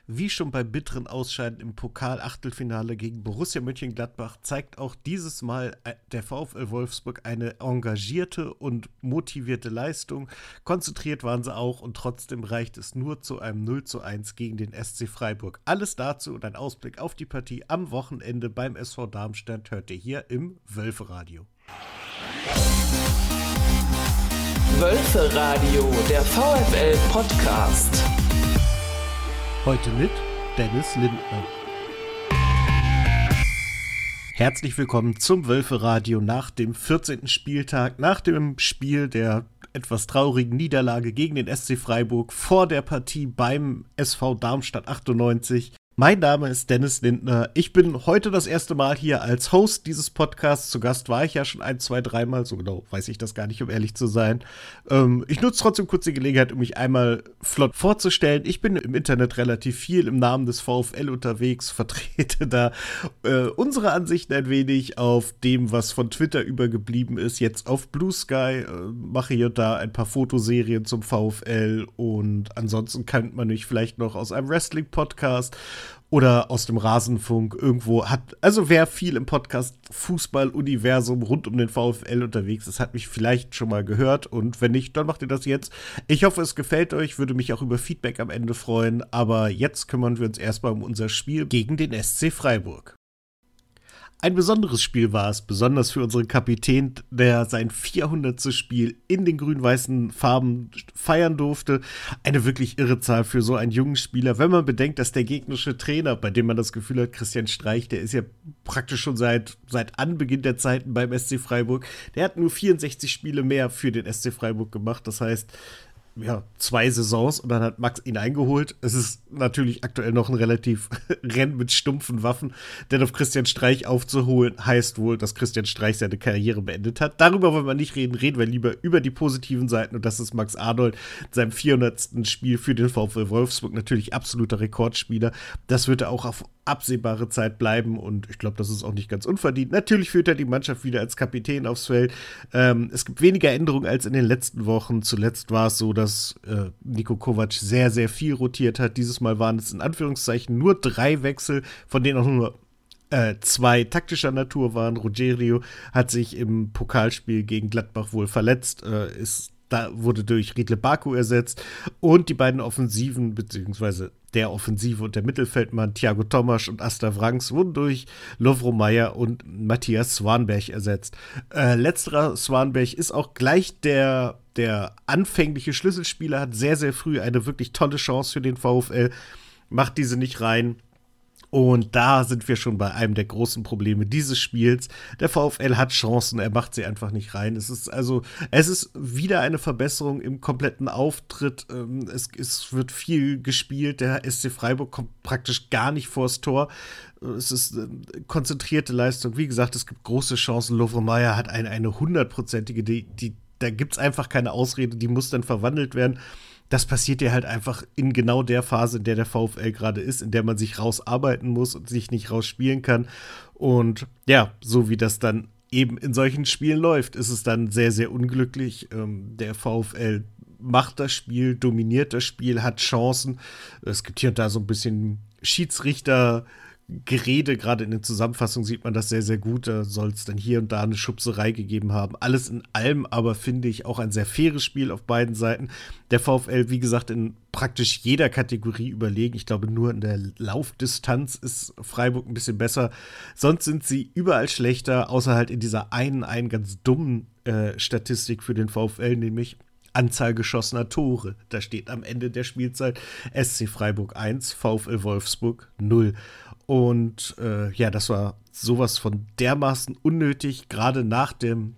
Wie schon beim bitteren Ausscheiden im Pokal-Achtelfinale gegen Borussia Mönchengladbach zeigt auch dieses Mal der VfL Wolfsburg eine engagierte und motivierte Leistung. Konzentriert waren sie auch und trotzdem reicht es nur zu einem 0:1 gegen den SC Freiburg. Alles dazu und ein Ausblick auf die Partie am Wochenende beim SV Darmstadt hört ihr hier im Wölferadio. Wölferadio, der VfL-Podcast. Heute mit Dennis Lindner. Herzlich willkommen zum Wölferadio nach dem 14. Spieltag, nach dem Spiel der etwas traurigen Niederlage gegen den SC Freiburg vor der Partie beim SV Darmstadt 98. Mein Name ist Dennis Lindner. Ich bin heute das erste Mal hier als Host dieses Podcasts. Zu Gast war ich ja schon 1, 2, 3 Mal. So genau weiß ich das gar nicht, um ehrlich zu sein. Ich nutze trotzdem kurz die Gelegenheit, um mich einmal flott vorzustellen. Ich bin im Internet relativ viel im Namen des VfL unterwegs, vertrete da unsere Ansichten ein wenig auf dem, was von Twitter übergeblieben ist. Jetzt auf Blue Sky, mache hier und da ein paar Fotoserien zum VfL und ansonsten kennt man mich vielleicht noch aus einem Wrestling-Podcast oder aus dem Rasenfunk irgendwo also wer viel im Podcast Fußball-Universum rund um den VfL unterwegs ist, hat mich vielleicht schon mal gehört und wenn nicht, dann macht ihr das jetzt. Ich hoffe, es gefällt euch, würde mich auch über Feedback am Ende freuen, aber jetzt kümmern wir uns erstmal um unser Spiel gegen den SC Freiburg. Ein besonderes Spiel war es, besonders für unseren Kapitän, der sein 400. Spiel in den grün-weißen Farben feiern durfte. Eine wirklich irre Zahl für so einen jungen Spieler, wenn man bedenkt, dass der gegnerische Trainer, bei dem man das Gefühl hat, Christian Streich, der ist ja praktisch schon seit Anbeginn der Zeiten beim SC Freiburg, der hat nur 64 Spiele mehr für den SC Freiburg gemacht, das heißt, ja, 2 Saisons und dann hat Max ihn eingeholt. Es ist natürlich aktuell noch ein relativ Rennen mit stumpfen Waffen, denn auf Christian Streich aufzuholen, heißt wohl, dass Christian Streich seine Karriere beendet hat. Darüber wollen wir nicht reden, reden wir lieber über die positiven Seiten und das ist Max Arnold, in seinem 400. Spiel für den VfL Wolfsburg, natürlich absoluter Rekordspieler. Das wird er auch auf absehbare Zeit bleiben und ich glaube, das ist auch nicht ganz unverdient. Natürlich führt er die Mannschaft wieder als Kapitän aufs Feld. Es gibt weniger Änderungen als in den letzten Wochen. Zuletzt war es so, dass Niko Kovac sehr, sehr viel rotiert hat. Dieses Mal waren es in Anführungszeichen nur 3 Wechsel, von denen auch nur 2 taktischer Natur waren. Rogerio hat sich im Pokalspiel gegen Gladbach wohl verletzt, wurde durch Riedle Baku ersetzt und die beiden Offensiven, beziehungsweise der Offensive und der Mittelfeldmann Thiago Tomasch und Asta Wrangs wurden durch Lovro Mayer und Matthias Swanberg ersetzt. Letzterer Swanberg ist auch gleich der anfängliche Schlüsselspieler, hat sehr, sehr früh eine wirklich tolle Chance für den VfL, macht diese nicht rein. Und da sind wir schon bei einem der großen Probleme dieses Spiels. Der VfL hat Chancen, er macht sie einfach nicht rein. Es ist wieder eine Verbesserung im kompletten Auftritt. Es wird viel gespielt. Der SC Freiburg kommt praktisch gar nicht vors Tor. Es ist konzentrierte Leistung. Wie gesagt, es gibt große Chancen. Lovro Mayer hat eine 100%ige, da gibt es einfach keine Ausrede, die muss dann verwandelt werden. Das passiert ja halt einfach in genau der Phase, in der VfL gerade ist, in der man sich rausarbeiten muss und sich nicht rausspielen kann. Und ja, so wie das dann eben in solchen Spielen läuft, ist es dann sehr, sehr unglücklich. Der VfL macht das Spiel, dominiert das Spiel, hat Chancen. Es gibt hier und da so ein bisschen Schiedsrichtergerede, gerade in den Zusammenfassungen sieht man das sehr, sehr gut. Da soll es dann hier und da eine Schubserei gegeben haben. Alles in allem aber finde ich auch ein sehr faires Spiel auf beiden Seiten. Der VfL, wie gesagt, in praktisch jeder Kategorie überlegen. Ich glaube, nur in der Laufdistanz ist Freiburg ein bisschen besser. Sonst sind sie überall schlechter, außer halt in dieser einen ganz dummen Statistik für den VfL, nämlich Anzahl geschossener Tore. Da steht am Ende der Spielzeit SC Freiburg 1, VfL Wolfsburg 0. Und das war sowas von dermaßen unnötig, gerade nach dem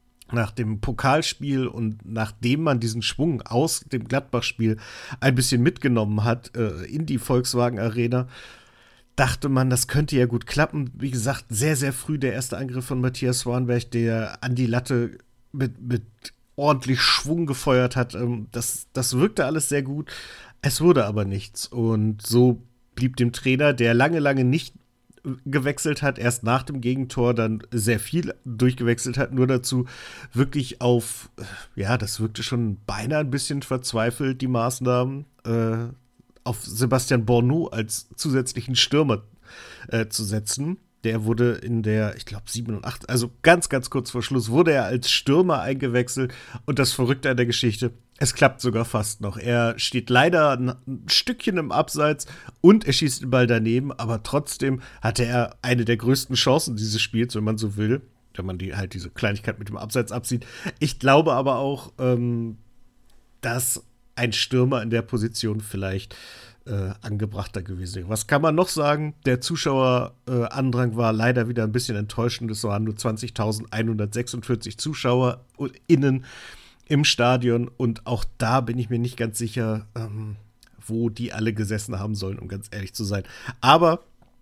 Pokalspiel und nachdem man diesen Schwung aus dem Gladbach-Spiel ein bisschen mitgenommen hat in die Volkswagen Arena, dachte man, das könnte ja gut klappen. Wie gesagt, sehr, sehr früh der erste Angriff von Matthias Swanberg, der an die Latte mit ordentlich Schwung gefeuert hat. Das wirkte alles sehr gut. Es wurde aber nichts. Und so blieb dem Trainer, der lange, lange nicht gewechselt hat, erst nach dem Gegentor dann sehr viel durchgewechselt hat, nur dazu wirklich das wirkte schon beinahe ein bisschen verzweifelt, die Maßnahmen. auf Sebastian Borneau als zusätzlichen Stürmer zu setzen. Der wurde in der, ich glaube, 87, also ganz, ganz kurz vor Schluss, wurde er als Stürmer eingewechselt. Und das Verrückte an der Geschichte, es klappt sogar fast noch. Er steht leider ein Stückchen im Abseits und er schießt den Ball daneben. Aber trotzdem hatte er eine der größten Chancen dieses Spiels, wenn man so will. Wenn man diese Kleinigkeit mit dem Abseits absieht. Ich glaube aber auch, dass ein Stürmer in der Position vielleicht angebrachter gewesen wäre. Was kann man noch sagen? Der Zuschauerandrang war leider wieder ein bisschen enttäuschend. Es waren nur 20.146 ZuschauerInnen im Stadion. Und auch da bin ich mir nicht ganz sicher, wo die alle gesessen haben sollen, um ganz ehrlich zu sein. Aber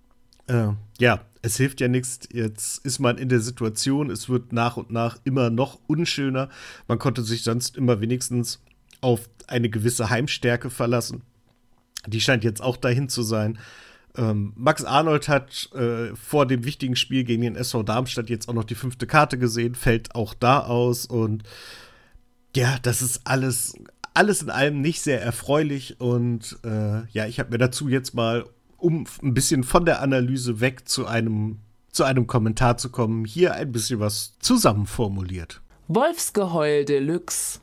es hilft ja nichts. Jetzt ist man in der Situation, es wird nach und nach immer noch unschöner. Man konnte sich sonst immer wenigstens auf eine gewisse Heimstärke verlassen. Die scheint jetzt auch dahin zu sein. Max Arnold hat vor dem wichtigen Spiel gegen den SV Darmstadt jetzt auch noch die 5. Karte gesehen, fällt auch da aus. Und ja, das ist alles in allem nicht sehr erfreulich. Und ich habe mir dazu jetzt mal, um ein bisschen von der Analyse weg zu einem Kommentar zu kommen, hier ein bisschen was zusammenformuliert. Wolfsgeheul Deluxe.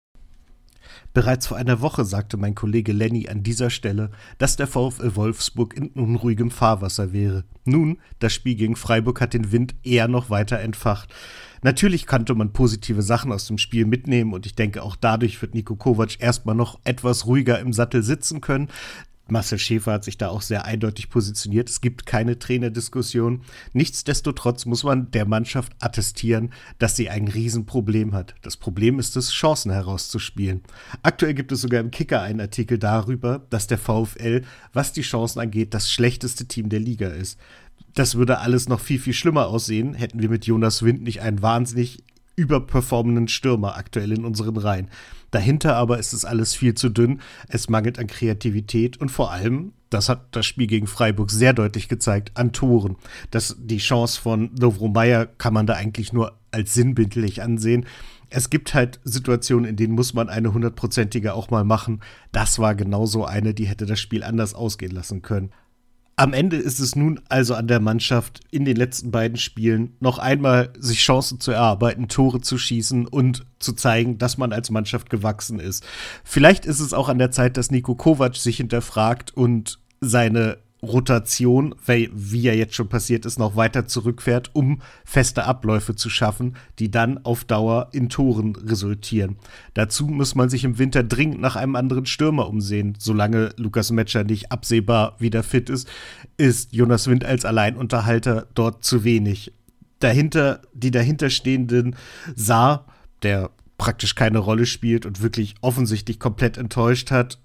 Bereits vor einer Woche sagte mein Kollege Lenny an dieser Stelle, dass der VfL Wolfsburg in unruhigem Fahrwasser wäre. Nun, das Spiel gegen Freiburg hat den Wind eher noch weiter entfacht. Natürlich konnte man positive Sachen aus dem Spiel mitnehmen und ich denke, auch dadurch wird Niko Kovac erstmal noch etwas ruhiger im Sattel sitzen können. Marcel Schäfer hat sich da auch sehr eindeutig positioniert. Es gibt keine Trainerdiskussion. Nichtsdestotrotz muss man der Mannschaft attestieren, dass sie ein Riesenproblem hat. Das Problem ist es, Chancen herauszuspielen. Aktuell gibt es sogar im Kicker einen Artikel darüber, dass der VfL, was die Chancen angeht, das schlechteste Team der Liga ist. Das würde alles noch viel, viel schlimmer aussehen, hätten wir mit Jonas Wind nicht einen wahnsinnig überperformenden Stürmer aktuell in unseren Reihen. Dahinter aber ist es alles viel zu dünn, es mangelt an Kreativität und vor allem, das hat das Spiel gegen Freiburg sehr deutlich gezeigt, an Toren. Die Chance von Lovro Mayer kann man da eigentlich nur als sinnbildlich ansehen. Es gibt halt Situationen, in denen muss man eine 100%ige auch mal machen. Das war genauso eine, die hätte das Spiel anders ausgehen lassen können. Am Ende ist es nun also an der Mannschaft, in den letzten beiden Spielen noch einmal sich Chancen zu erarbeiten, Tore zu schießen und zu zeigen, dass man als Mannschaft gewachsen ist. Vielleicht ist es auch an der Zeit, dass Niko Kovac sich hinterfragt und seine Rotation, wie ja jetzt schon passiert ist, noch weiter zurückfährt, um feste Abläufe zu schaffen, die dann auf Dauer in Toren resultieren. Dazu muss man sich im Winter dringend nach einem anderen Stürmer umsehen. Solange Lukas Metscher nicht absehbar wieder fit ist, ist Jonas Wind als Alleinunterhalter dort zu wenig. Die dahinterstehenden Saar, der praktisch keine Rolle spielt und wirklich offensichtlich komplett enttäuscht hat,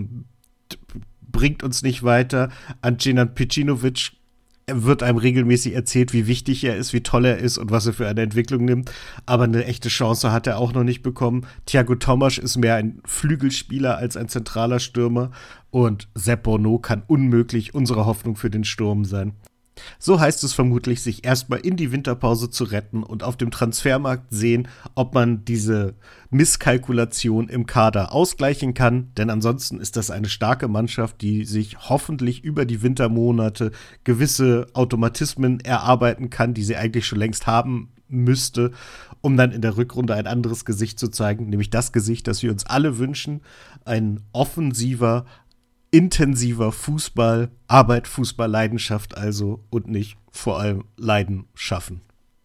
bringt uns nicht weiter. An Dženan Pejcinović wird einem regelmäßig erzählt, wie wichtig er ist, wie toll er ist und was er für eine Entwicklung nimmt. Aber eine echte Chance hat er auch noch nicht bekommen. Thiago Tomasch ist mehr ein Flügelspieler als ein zentraler Stürmer. Und Sepp Borneau kann unmöglich unsere Hoffnung für den Sturm sein. So heißt es vermutlich, sich erstmal in die Winterpause zu retten und auf dem Transfermarkt sehen, ob man diese Misskalkulation im Kader ausgleichen kann. Denn ansonsten ist das eine starke Mannschaft, die sich hoffentlich über die Wintermonate gewisse Automatismen erarbeiten kann, die sie eigentlich schon längst haben müsste, um dann in der Rückrunde ein anderes Gesicht zu zeigen, nämlich das Gesicht, das wir uns alle wünschen, ein offensiver, intensiver Fußball, Arbeit, Fußball, Leidenschaft also und nicht vor allem Leiden schaffen.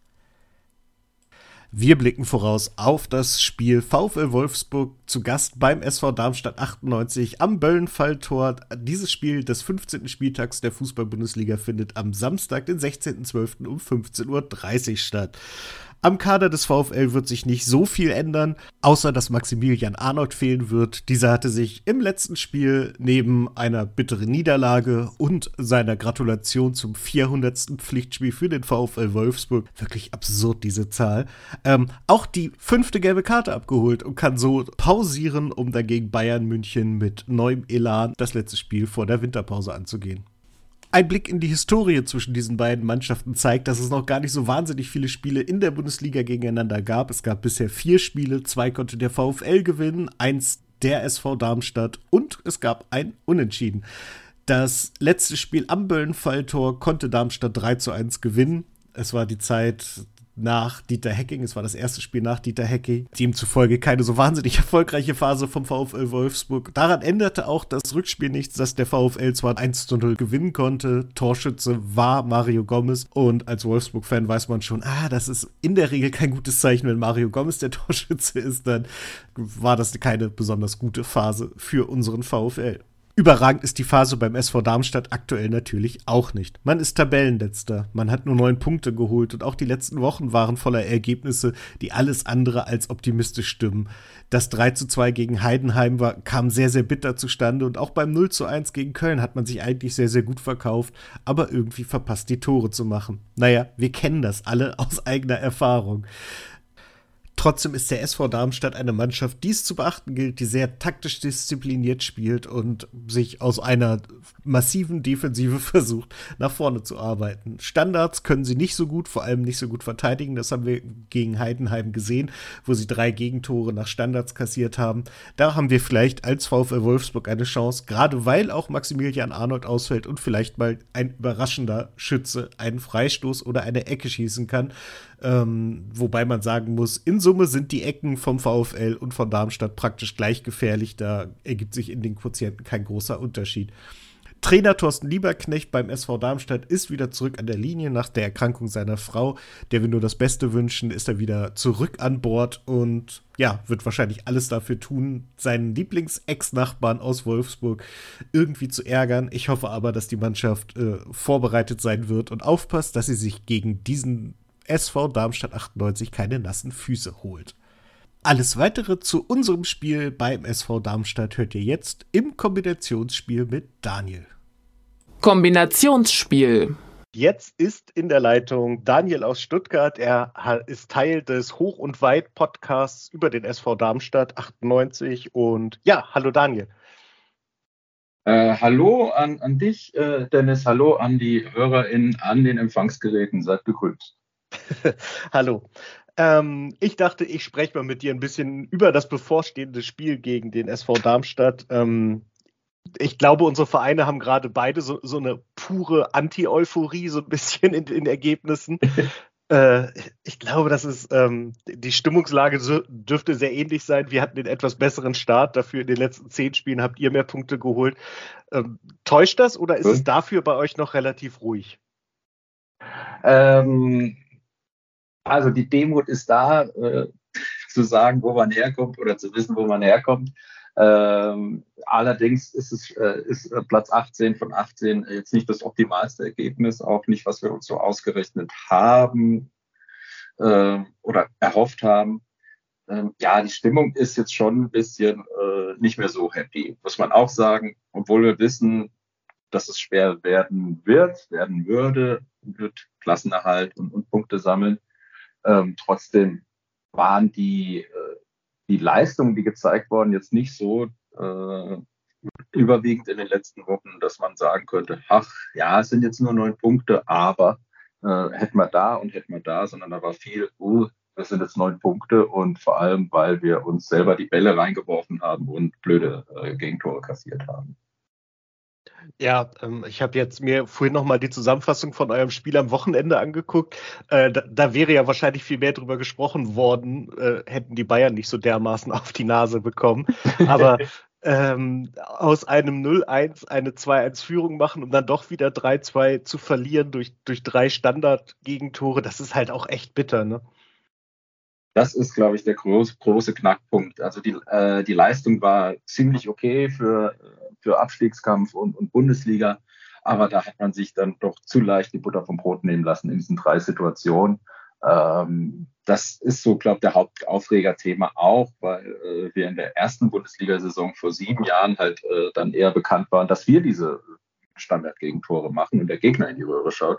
Wir blicken voraus auf das Spiel VfL Wolfsburg zu Gast beim SV Darmstadt 98 am Böllenfalltor. Dieses Spiel des 15. Spieltags der Fußball-Bundesliga findet am Samstag, den 16.12. um 15.30 Uhr statt. Am Kader des VfL wird sich nicht so viel ändern, außer dass Maximilian Arnold fehlen wird. Dieser hatte sich im letzten Spiel neben einer bitteren Niederlage und seiner Gratulation zum 400. Pflichtspiel für den VfL Wolfsburg, wirklich absurd diese Zahl, auch die 5. gelbe Karte abgeholt und kann so pausieren, um dagegen Bayern München mit neuem Elan das letzte Spiel vor der Winterpause anzugehen. Ein Blick in die Historie zwischen diesen beiden Mannschaften zeigt, dass es noch gar nicht so wahnsinnig viele Spiele in der Bundesliga gegeneinander gab. Es gab bisher 4 Spiele, 2 konnte der VfL gewinnen, 1 der SV Darmstadt und es gab ein Unentschieden. Das letzte Spiel am Böllenfalltor konnte Darmstadt 3:1 gewinnen. Es war die Zeit nach Dieter Hecking, es war das erste Spiel nach Dieter Hecking, demzufolge keine so wahnsinnig erfolgreiche Phase vom VfL Wolfsburg. Daran änderte auch das Rückspiel nichts, dass der VfL zwar 1:0 gewinnen konnte, Torschütze war Mario Gomez und als Wolfsburg-Fan weiß man schon, das ist in der Regel kein gutes Zeichen, wenn Mario Gomez der Torschütze ist, dann war das keine besonders gute Phase für unseren VfL. Überragend ist die Phase beim SV Darmstadt aktuell natürlich auch nicht. Man ist Tabellenletzter, man hat nur 9 Punkte geholt und auch die letzten Wochen waren voller Ergebnisse, die alles andere als optimistisch stimmen. Das 3:2 gegen Heidenheim kam sehr, sehr bitter zustande und auch beim 0:1 gegen Köln hat man sich eigentlich sehr, sehr gut verkauft, aber irgendwie verpasst, die Tore zu machen. Naja, wir kennen das alle aus eigener Erfahrung. Trotzdem ist der SV Darmstadt eine Mannschaft, die es zu beachten gilt, die sehr taktisch diszipliniert spielt und sich aus einer massiven Defensive versucht, nach vorne zu arbeiten. Standards können sie nicht so gut, vor allem nicht so gut verteidigen. Das haben wir gegen Heidenheim gesehen, wo sie 3 Gegentore nach Standards kassiert haben. Da haben wir vielleicht als VfL Wolfsburg eine Chance, gerade weil auch Maximilian Arnold ausfällt und vielleicht mal ein überraschender Schütze einen Freistoß oder eine Ecke schießen kann. Wobei man sagen muss, in Summe sind die Ecken vom VfL und von Darmstadt praktisch gleich gefährlich. Da ergibt sich in den Quotienten kein großer Unterschied. Trainer Thorsten Lieberknecht beim SV Darmstadt ist wieder zurück an der Linie nach der Erkrankung seiner Frau. Der wir nur das Beste wünschen, ist er wieder zurück an Bord und wird wahrscheinlich alles dafür tun, seinen Lieblings-Ex-Nachbarn aus Wolfsburg irgendwie zu ärgern. Ich hoffe aber, dass die Mannschaft vorbereitet sein wird und aufpasst, dass sie sich gegen diesen SV Darmstadt 98 keine nassen Füße holt. Alles weitere zu unserem Spiel beim SV Darmstadt hört ihr jetzt im Kombinationsspiel mit Daniel. Kombinationsspiel. Jetzt ist in der Leitung Daniel aus Stuttgart. Er ist Teil des Hoch- und Weit-Podcasts über den SV Darmstadt 98. Und hallo Daniel. Hallo an dich, Dennis. Hallo an die HörerInnen an den Empfangsgeräten. Seid gegrüßt. Hallo. Ich dachte, ich spreche mal mit dir ein bisschen über das bevorstehende Spiel gegen den SV Darmstadt. Ich glaube, unsere Vereine haben gerade beide so eine pure Anti-Euphorie, so ein bisschen in den Ergebnissen. Ich glaube, das ist die Stimmungslage dürfte sehr ähnlich sein. Wir hatten den etwas besseren Start. Dafür in den letzten 10 Spielen habt ihr mehr Punkte geholt. Täuscht das oder ist es dafür bei euch noch relativ ruhig? Also die Demut ist da, zu sagen, wo man herkommt oder zu wissen, wo man herkommt. Allerdings ist Platz 18 von 18 jetzt nicht das optimalste Ergebnis, auch nicht, was wir uns so ausgerechnet haben oder erhofft haben. Die Stimmung ist jetzt schon ein bisschen nicht mehr so happy, muss man auch sagen, obwohl wir wissen, dass es schwer werden würde, Klassenerhalt und Punkte sammeln. Trotzdem waren die Leistungen, die gezeigt wurden, jetzt nicht so überwiegend in den letzten Wochen, dass man sagen könnte, es sind jetzt nur 9 Punkte, aber hätten wir da und hätten wir da, sondern da war viel, das sind jetzt 9 Punkte und vor allem, weil wir uns selber die Bälle reingeworfen haben und blöde Gegentore kassiert haben. Ja, ich habe jetzt mir vorhin noch mal die Zusammenfassung von eurem Spiel am Wochenende angeguckt. Da wäre ja wahrscheinlich viel mehr drüber gesprochen worden, hätten die Bayern nicht so dermaßen auf die Nase bekommen. Aber aus einem 0:1 eine 2:1-Führung machen und dann doch wieder 3:2 zu verlieren durch 3 Standard-Gegentore, das ist halt auch echt bitter, ne? Das ist, glaube ich, der große Knackpunkt. Also die Leistung war ziemlich okay für Abstiegskampf und Bundesliga, aber da hat man sich dann doch zu leicht die Butter vom Brot nehmen lassen in diesen 3 Situationen. Das ist so, glaube ich, der Hauptaufregerthema auch, weil wir in der ersten Bundesliga-Saison vor 7 Jahren halt dann eher bekannt waren, dass wir diese Standardgegentore machen und der Gegner in die Röhre schaut.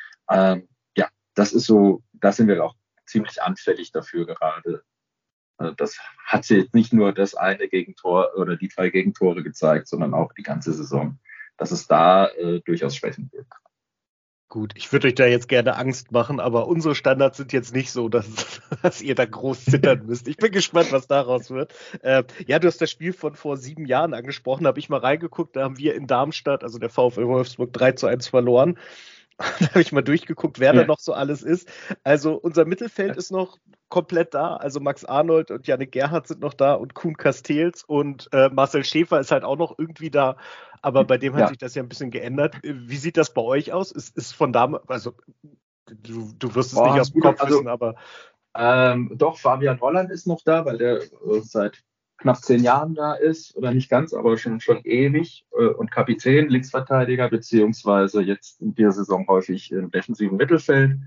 Das ist so, da sind wir auch ziemlich anfällig dafür gerade. Das hat jetzt nicht nur das eine Gegentor oder die 3 Gegentore gezeigt, sondern auch die ganze Saison, dass es da durchaus Schwächen gibt. Gut, ich würde euch da jetzt gerne Angst machen, aber unsere Standards sind jetzt nicht so, dass ihr da groß zittern müsst. Ich bin gespannt, was daraus wird. Ja, du hast das Spiel von vor 7 Jahren angesprochen, da habe ich mal reingeguckt, da haben wir in Darmstadt, also der VfL Wolfsburg, 3:1 verloren. Da habe ich mal durchgeguckt, wer da noch so alles ist. Also unser Mittelfeld ist noch komplett da. Also Max Arnold und Yannick Gerhardt sind noch da und Kuhn Castells und Marcel Schäfer ist halt auch noch irgendwie da. Aber bei dem hat sich das ja ein bisschen geändert. Wie sieht das bei euch aus? Ist von damals, also du wirst es nicht aus dem Kopf wissen, aber... Doch, Fabian Holland ist noch da, weil der seit knapp 10 Jahren da ist, oder nicht ganz, aber schon ewig, und Kapitän, Linksverteidiger, beziehungsweise jetzt in dieser Saison häufig im defensiven Mittelfeld.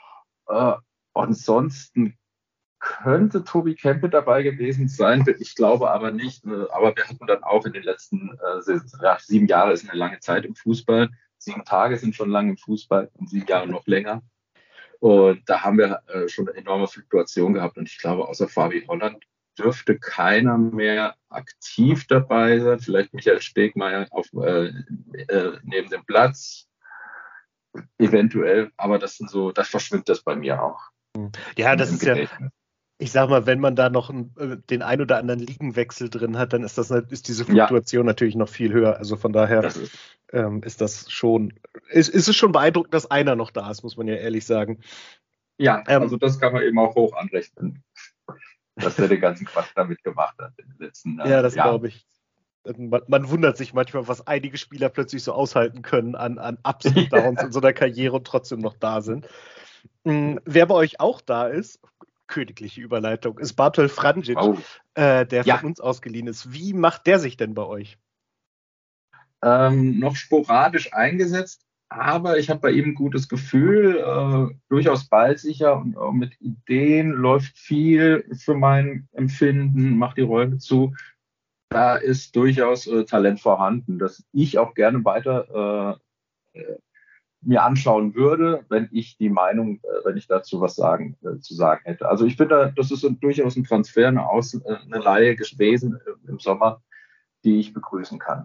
Ansonsten könnte Tobi Kempe dabei gewesen sein, ich glaube aber nicht. Aber wir hatten dann auch in den letzten 7 Jahre ist eine lange Zeit im Fußball. 7 Tage sind schon lang im Fußball und 7 Jahre noch länger. Und da haben wir schon eine enorme Fluktuation gehabt. Und ich glaube, außer Fabi Holland dürfte keiner mehr aktiv dabei sein. Vielleicht Michael Stegmeier neben dem Platz. Eventuell. Aber das verschwimmt das bei mir auch. Ja, das ist ja... Ich sag mal, wenn man da noch den ein oder anderen Ligenwechsel drin hat, dann ist diese Fluktuation natürlich noch viel höher. Also von daher ist es schon beeindruckend, dass einer noch da ist, muss man ja ehrlich sagen. Ja, also das kann man eben auch hoch anrechnen, dass der den ganzen Quatsch damit gemacht hat in den letzten Jahren. Ja, das glaube ich. Man wundert sich manchmal, was einige Spieler plötzlich so aushalten können an Ups und Downs in so einer Karriere und trotzdem noch da sind. Wer bei euch auch da ist, königliche Überleitung, ist Bartol Franjic, der von uns ausgeliehen ist. Wie macht der sich denn bei euch? Noch sporadisch eingesetzt, aber ich habe bei ihm ein gutes Gefühl, durchaus ballsicher und auch mit Ideen, läuft viel für mein Empfinden, macht die Räume zu. Da ist durchaus Talent vorhanden, das ich auch gerne weiter mir anschauen würde, wenn ich dazu was zu sagen hätte. Also ich finde, das ist durchaus ein Transfer, eine Leihe gewesen im Sommer, die ich begrüßen kann.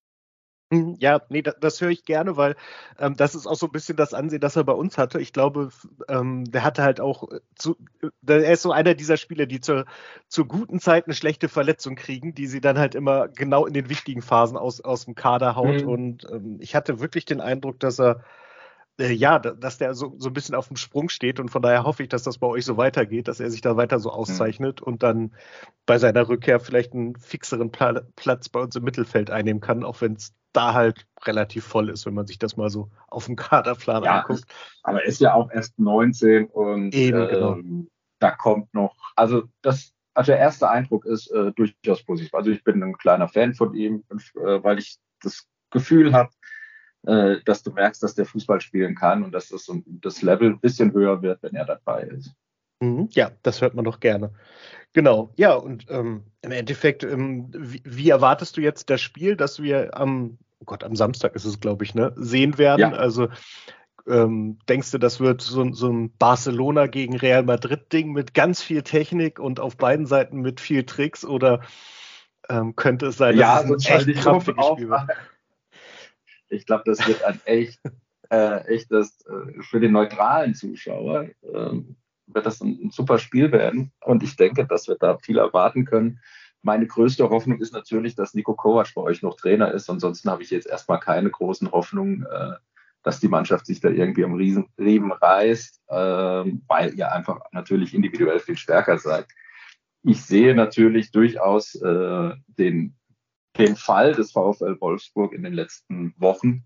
Ja, nee, das höre ich gerne, weil das ist auch so ein bisschen das Ansehen, das er bei uns hatte. Ich glaube, der hatte halt auch, er ist so einer dieser Spieler, die zur guten Zeit eine schlechte Verletzung kriegen, die sie dann halt immer genau in den wichtigen Phasen aus dem Kader haut. Und ich hatte wirklich den Eindruck, dass er dass der so ein bisschen auf dem Sprung steht, und von daher hoffe ich, dass das bei euch so weitergeht, dass er sich da weiter so auszeichnet und dann bei seiner Rückkehr vielleicht einen fixeren Platz bei uns im Mittelfeld einnehmen kann, auch wenn es da halt relativ voll ist, wenn man sich das mal so auf dem Kaderplan anguckt. Aber er ist ja auch erst 19 und genau. Da kommt noch, also der erste Eindruck ist durchaus positiv. Also ich bin ein kleiner Fan von ihm, weil ich das Gefühl habe, dass du merkst, dass der Fußball spielen kann und dass das Level ein bisschen höher wird, wenn er dabei ist. Ja, das hört man doch gerne. Genau, ja, und im Endeffekt, wie erwartest du jetzt das Spiel, das wir am Samstag ist es, glaube ich, sehen werden? Ja. Also denkst du, das wird so ein Barcelona gegen Real Madrid-Ding mit ganz viel Technik und auf beiden Seiten mit viel Tricks, oder könnte es sein, dass es ein echt krampfiges Spiel wird? Ich glaube, das wird ein echtes, für den neutralen Zuschauer wird das ein super Spiel werden. Und ich denke, dass wir da viel erwarten können. Meine größte Hoffnung ist natürlich, dass Niko Kovac bei euch noch Trainer ist. Ansonsten habe ich jetzt erstmal keine großen Hoffnungen, dass die Mannschaft sich da irgendwie am Riemen reißt, weil ihr einfach natürlich individuell viel stärker seid. Ich sehe natürlich durchaus den Fall des VfL Wolfsburg in den letzten Wochen.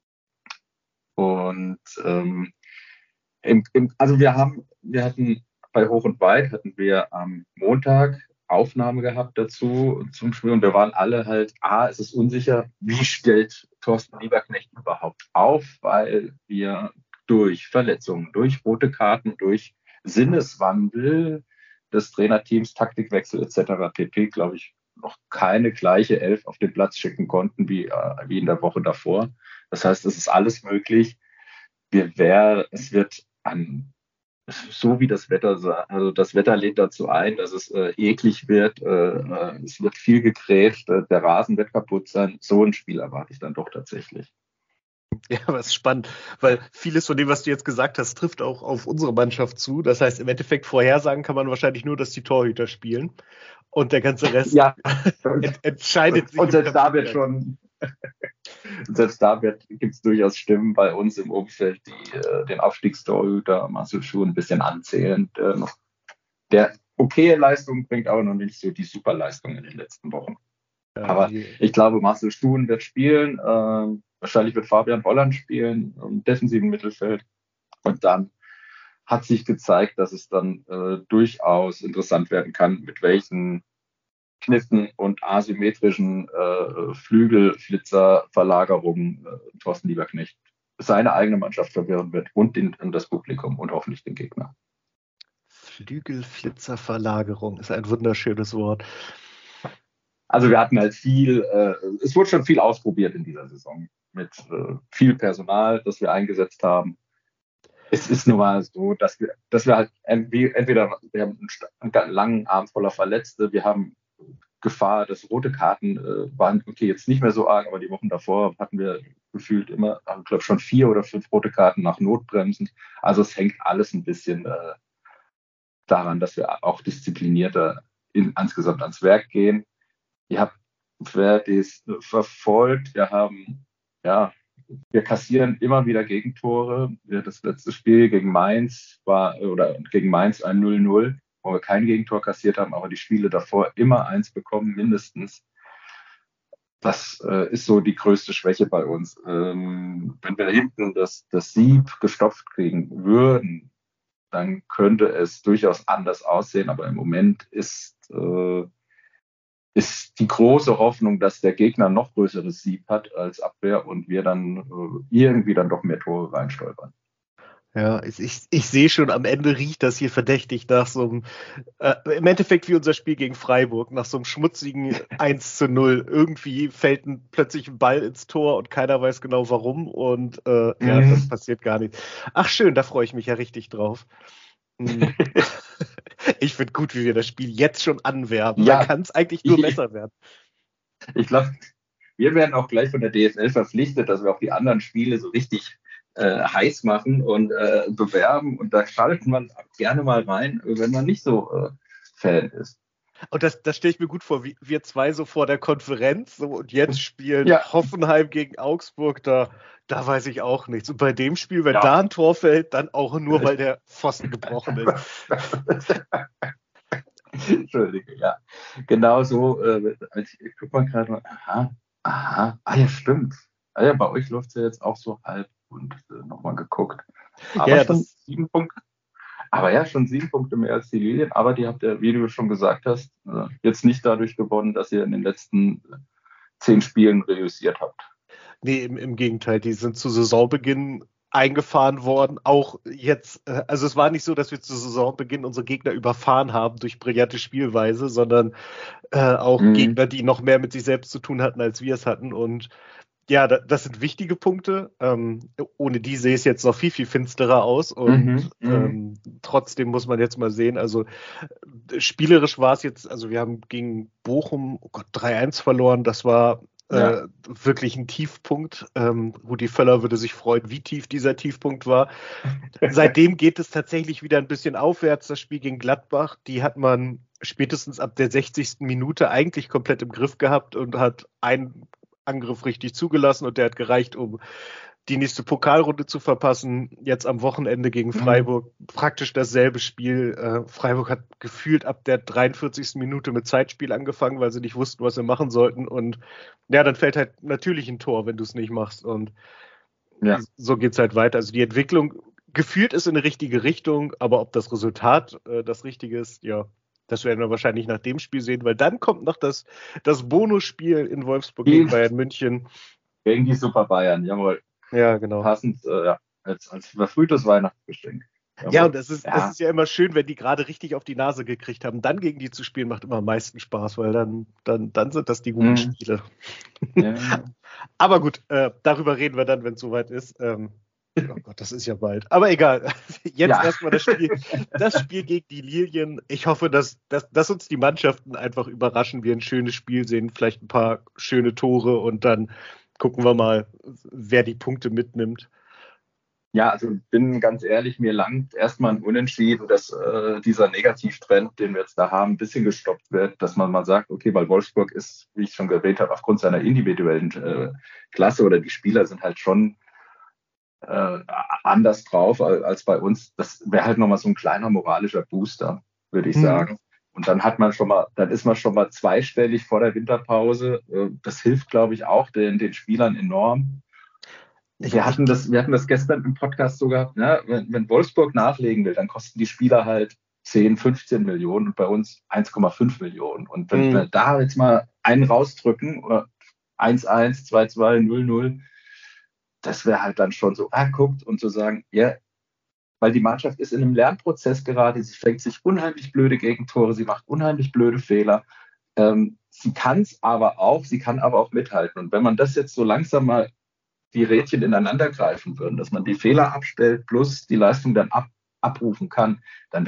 Und also wir hatten bei Hoch und Weit hatten wir am Montag Aufnahme gehabt dazu zum Spiel, und wir waren alle halt, es ist unsicher, wie stellt Thorsten Lieberknecht überhaupt auf, weil wir durch Verletzungen, durch rote Karten, durch Sinneswandel des Trainerteams, Taktikwechsel etc. pp., glaube ich, noch keine gleiche Elf auf den Platz schicken konnten wie in der Woche davor. Das heißt, es ist alles möglich. Es wird so wie das Wetter, also das Wetter lädt dazu ein, dass es eklig wird, es wird viel gegrätscht, der Rasen wird kaputt sein. So ein Spiel erwarte ich dann doch tatsächlich. Ja, aber es ist spannend, weil vieles von dem, was du jetzt gesagt hast, trifft auch auf unsere Mannschaft zu. Das heißt, im Endeffekt vorhersagen kann man wahrscheinlich nur, dass die Torhüter spielen und der ganze Rest Ja, entscheidet sich. Und selbst da gibt es durchaus Stimmen bei uns im Umfeld, die den Aufstiegstorhüter Marcel Schuh ein bisschen anzählen. Der okaye Leistung bringt aber noch nicht so die Superleistung in den letzten Wochen. Aber ich glaube, Marcel Stuhn wird spielen. Wahrscheinlich wird Fabian Holland spielen im defensiven Mittelfeld. Und dann hat sich gezeigt, dass es dann durchaus interessant werden kann, mit welchen Kniffen und asymmetrischen Flügelflitzerverlagerungen Thorsten Lieberknecht seine eigene Mannschaft verwirren wird und das Publikum und hoffentlich den Gegner. Flügelflitzerverlagerung ist ein wunderschönes Wort. Also wir hatten halt es wurde schon viel ausprobiert in dieser Saison mit viel Personal, das wir eingesetzt haben. Es ist nun mal so, dass wir halt entweder wir haben einen langen Arm voller Verletzte, wir haben Gefahr, dass rote Karten waren okay, jetzt nicht mehr so arg, aber die Wochen davor hatten wir gefühlt immer, ich glaube schon 4 oder 5 rote Karten nach Notbremsen. Also es hängt alles ein bisschen daran, dass wir auch disziplinierter insgesamt ans Werk gehen. Wer das verfolgt, wir kassieren immer wieder Gegentore. Das letzte Spiel gegen Mainz ein 0-0, wo wir kein Gegentor kassiert haben, aber die Spiele davor immer 1 bekommen, mindestens. Das ist so die größte Schwäche bei uns. Wenn wir hinten das Sieb gestopft kriegen würden, dann könnte es durchaus anders aussehen, aber im Moment ist die große Hoffnung, dass der Gegner noch größeres Sieb hat als Abwehr und wir dann irgendwie dann doch mehr Tore reinstolpern. Ja, ich sehe schon, am Ende riecht das hier verdächtig nach so einem, im Endeffekt wie unser Spiel gegen Freiburg, nach so einem schmutzigen 1-0. Irgendwie fällt plötzlich ein Ball ins Tor und keiner weiß genau warum und das passiert gar nicht. Ach schön, da freue ich mich ja richtig drauf. Ich finde gut, wie wir das Spiel jetzt schon anwerben. Ja, da kann es eigentlich nur besser werden. Ich glaube, wir werden auch gleich von der DFL verpflichtet, dass wir auch die anderen Spiele so richtig heiß machen und bewerben. Und da schaltet man gerne mal rein, wenn man nicht so Fan ist. Und das stelle ich mir gut vor, wie wir zwei so vor der Konferenz so, und jetzt spielen Hoffenheim gegen Augsburg, da weiß ich auch nichts. Und bei dem Spiel, wenn da ein Tor fällt, dann auch nur, weil der Pfosten gebrochen ist. Entschuldige, ja. Genau so, ich gucke mal gerade mal, ja, stimmt. Ja, bei euch läuft es ja jetzt auch so halb und nochmal geguckt. Aber schon 7 Punkte. Aber ja, schon 7 Punkte mehr als die Lilien. Aber die habt ihr, wie du schon gesagt hast, jetzt nicht dadurch gewonnen, dass ihr in den letzten 10 Spielen reüssiert habt. Nee, im Gegenteil. Die sind zu Saisonbeginn eingefahren worden. Auch jetzt, also es war nicht so, dass wir zu Saisonbeginn unsere Gegner überfahren haben durch brillante Spielweise, sondern auch Gegner, die noch mehr mit sich selbst zu tun hatten, als wir es hatten. Und ja, das sind wichtige Punkte. Ohne die sehe es jetzt noch viel, viel finsterer aus. Und trotzdem muss man jetzt mal sehen, also spielerisch war es jetzt, also wir haben gegen Bochum 3-1 verloren. Das war wirklich ein Tiefpunkt. Rudi Völler würde sich freuen, wie tief dieser Tiefpunkt war. Seitdem geht es tatsächlich wieder ein bisschen aufwärts. Das Spiel gegen Gladbach, die hat man spätestens ab der 60. Minute eigentlich komplett im Griff gehabt und hat einen Angriff richtig zugelassen und der hat gereicht, um die nächste Pokalrunde zu verpassen. Jetzt am Wochenende gegen Freiburg praktisch dasselbe Spiel. Freiburg hat gefühlt ab der 43. Minute mit Zeitspiel angefangen, weil sie nicht wussten, was sie machen sollten. Und ja, dann fällt halt natürlich ein Tor, wenn du es nicht machst. Und so geht es halt weiter. Also die Entwicklung gefühlt ist in eine richtige Richtung, aber ob das Resultat das Richtige ist, ja, das werden wir wahrscheinlich nach dem Spiel sehen, weil dann kommt noch das Bonusspiel in Wolfsburg gegen Bayern München. Gegen die Super Bayern, jawohl. Ja, genau. Passend, als verfrühtes Weihnachtsgeschenk. Jawohl. Ja, und es ist ja immer schön, wenn die gerade richtig auf die Nase gekriegt haben. Dann gegen die zu spielen macht immer am meisten Spaß, weil dann sind das die guten Spiele. Ja. Aber gut, darüber reden wir dann, wenn es soweit ist. Oh Gott, das ist ja bald. Aber egal. Jetzt erstmal das Spiel gegen die Lilien. Ich hoffe, dass uns die Mannschaften einfach überraschen, wir ein schönes Spiel sehen, vielleicht ein paar schöne Tore und dann gucken wir mal, wer die Punkte mitnimmt. Ja, also bin ganz ehrlich, mir langt erstmal ein Unentschieden, dass dieser Negativtrend, den wir jetzt da haben, ein bisschen gestoppt wird, dass man mal sagt, okay, weil Wolfsburg ist, wie ich schon erwähnt habe, aufgrund seiner individuellen Klasse oder die Spieler sind halt schon anders drauf als bei uns. Das wäre halt nochmal so ein kleiner moralischer Booster, würde ich sagen. Und dann ist man schon mal zweistellig vor der Winterpause. Das hilft, glaube ich, auch den Spielern enorm. Wir hatten das gestern im Podcast sogar, ne? Wenn Wolfsburg nachlegen will, dann kosten die Spieler halt 10, 15 Millionen und bei uns 1,5 Millionen. Und wenn wir da jetzt mal einen rausdrücken, oder 1-1, 2-2, 0-0, das wäre halt dann schon so, guckt und zu sagen, ja, weil die Mannschaft ist in einem Lernprozess gerade, sie fängt sich unheimlich blöde Gegentore, sie macht unheimlich blöde Fehler. Sie kann aber auch mithalten. Und wenn man das jetzt so langsam mal die Rädchen ineinander greifen würden, dass man die Fehler abstellt plus die Leistung dann abrufen kann, dann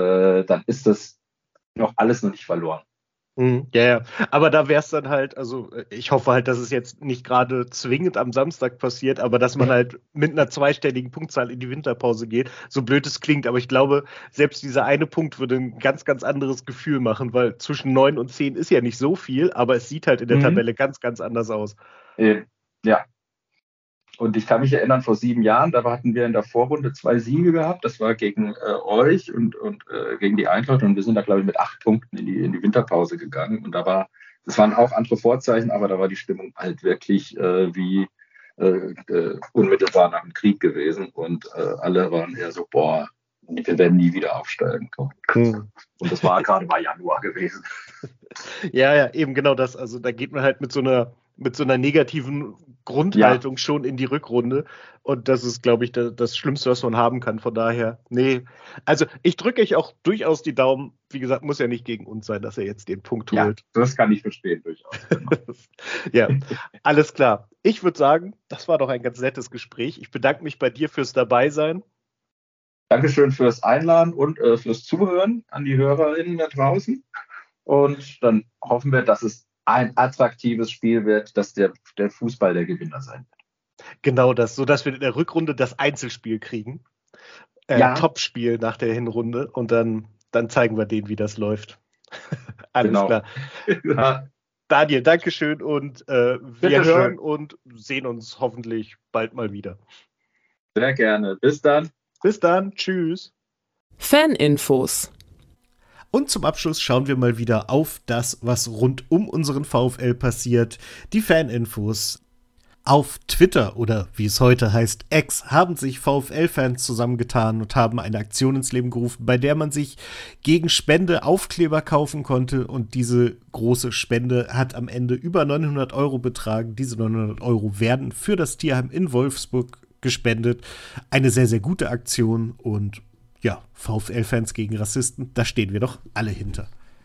ist das noch alles noch nicht verloren. Ja. Aber da wäre es dann halt, also ich hoffe halt, dass es jetzt nicht gerade zwingend am Samstag passiert, aber dass man halt mit einer zweistelligen Punktzahl in die Winterpause geht, so blöd es klingt, aber ich glaube, selbst dieser eine Punkt würde ein ganz, ganz anderes Gefühl machen, weil zwischen 9 und 10 ist ja nicht so viel, aber es sieht halt in der Tabelle ganz, ganz anders aus. Ja. Und ich kann mich erinnern, vor 7 Jahren, da hatten wir in der Vorrunde 2 Siege gehabt. Das war gegen euch und gegen die Eintracht. Und wir sind da, glaube ich, mit 8 Punkten in die Winterpause gegangen. Und das waren auch andere Vorzeichen, aber da war die Stimmung halt wirklich wie unmittelbar nach dem Krieg gewesen. Und alle waren eher so, wir werden nie wieder aufsteigen. Und das war gerade mal Januar gewesen. Ja, eben genau das. Also da geht man halt mit so einer negativen Grundhaltung schon in die Rückrunde. Und das ist, glaube ich, das Schlimmste, was man haben kann. Von daher, nee. Also ich drücke euch auch durchaus die Daumen. Wie gesagt, muss ja nicht gegen uns sein, dass er jetzt den Punkt holt. Ja, das kann ich verstehen, durchaus. Genau. Ja, alles klar. Ich würde sagen, das war doch ein ganz nettes Gespräch. Ich bedanke mich bei dir fürs Dabeisein. Dankeschön fürs Einladen und fürs Zuhören an die HörerInnen da draußen. Und dann hoffen wir, dass es ein attraktives Spiel wird, dass der Fußball der Gewinner sein wird. Genau das, sodass wir in der Rückrunde das Einzelspiel kriegen. Topspiel nach der Hinrunde und dann zeigen wir denen, wie das läuft. Alles klar. Ja. Daniel, Dankeschön und wir hören und sehen uns hoffentlich bald mal wieder. Sehr gerne. Bis dann. Bis dann. Tschüss. Faninfos. Und zum Abschluss schauen wir mal wieder auf das, was rund um unseren VfL passiert. Die Faninfos. Auf Twitter oder wie es heute heißt X haben sich VfL-Fans zusammengetan und haben eine Aktion ins Leben gerufen, bei der man sich gegen Spende Aufkleber kaufen konnte und diese große Spende hat am Ende über 900 € betragen. Diese 900 € werden für das Tierheim in Wolfsburg gespendet. Eine sehr, sehr gute Aktion und ja, VfL-Fans gegen Rassisten, da stehen wir doch alle hinter.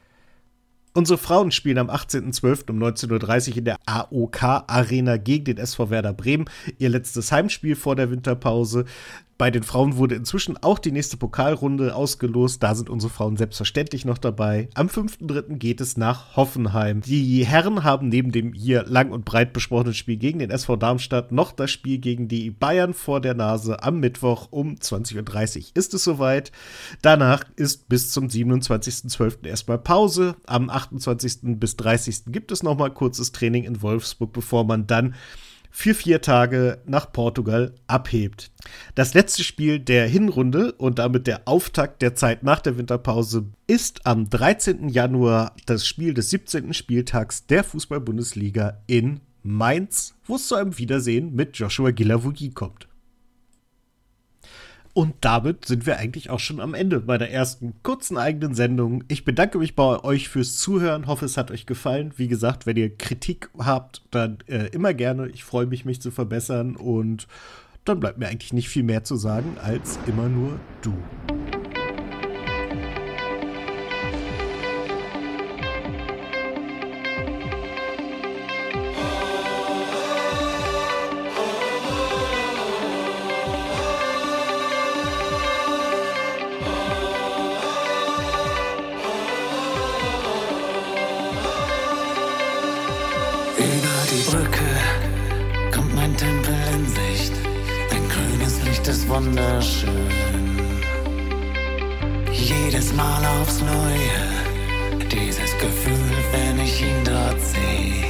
Unsere Frauen spielen am 18.12. um 19:30 Uhr in der AOK-Arena gegen den SV Werder Bremen. Ihr letztes Heimspiel vor der Winterpause. Bei den Frauen wurde inzwischen auch die nächste Pokalrunde ausgelost. Da sind unsere Frauen selbstverständlich noch dabei. Am 5.3. geht es nach Hoffenheim. Die Herren haben neben dem hier lang und breit besprochenen Spiel gegen den SV Darmstadt noch das Spiel gegen die Bayern vor der Nase. Am Mittwoch um 20.30 Uhr ist es soweit. Danach ist bis zum 27.12. erstmal Pause. Am 28. bis 30. gibt es nochmal kurzes Training in Wolfsburg, bevor man dann für 4 Tage nach Portugal abhebt. Das letzte Spiel der Hinrunde und damit der Auftakt der Zeit nach der Winterpause ist am 13. Januar das Spiel des 17. Spieltags der Fußball-Bundesliga in Mainz, wo es zu einem Wiedersehen mit Joshua Guilavogui kommt. Und damit sind wir eigentlich auch schon am Ende meiner ersten kurzen eigenen Sendung. Ich bedanke mich bei euch fürs Zuhören, hoffe es hat euch gefallen. Wie gesagt, wenn ihr Kritik habt, dann immer gerne. Ich freue mich zu verbessern und dann bleibt mir eigentlich nicht viel mehr zu sagen als immer nur du. Über die Brücke Licht ist wunderschön. Jedes Mal aufs Neue, dieses Gefühl, wenn ich ihn dort sehe.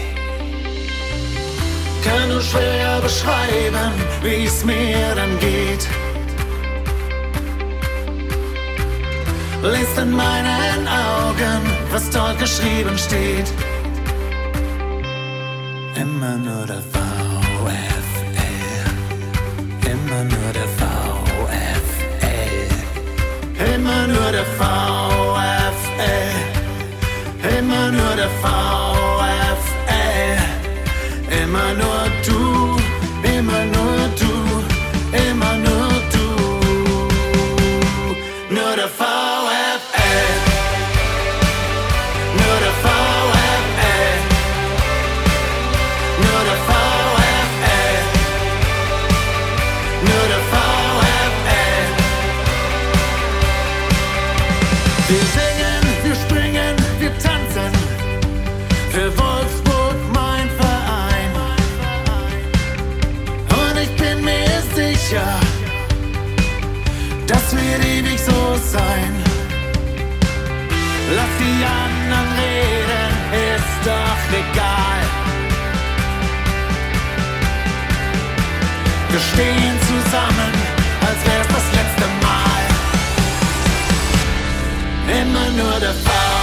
Kann nur schwer beschreiben, wie es mir dann geht. Lest in meinen Augen, was dort geschrieben steht. Immer nur der VfL, immer nur der VfL, immer nur der VfL, immer nur der VfL, immer nur du, immer nur du, immer nur du, nur der VfL. Wir singen, wir springen, wir tanzen für Wolfsburg, mein Verein. Und ich bin mir sicher, das wird ewig so sein. Lass die anderen reden, ist doch egal. Wir stehen zusammen, als wär's das letzte Mal. Immer nur der Fall.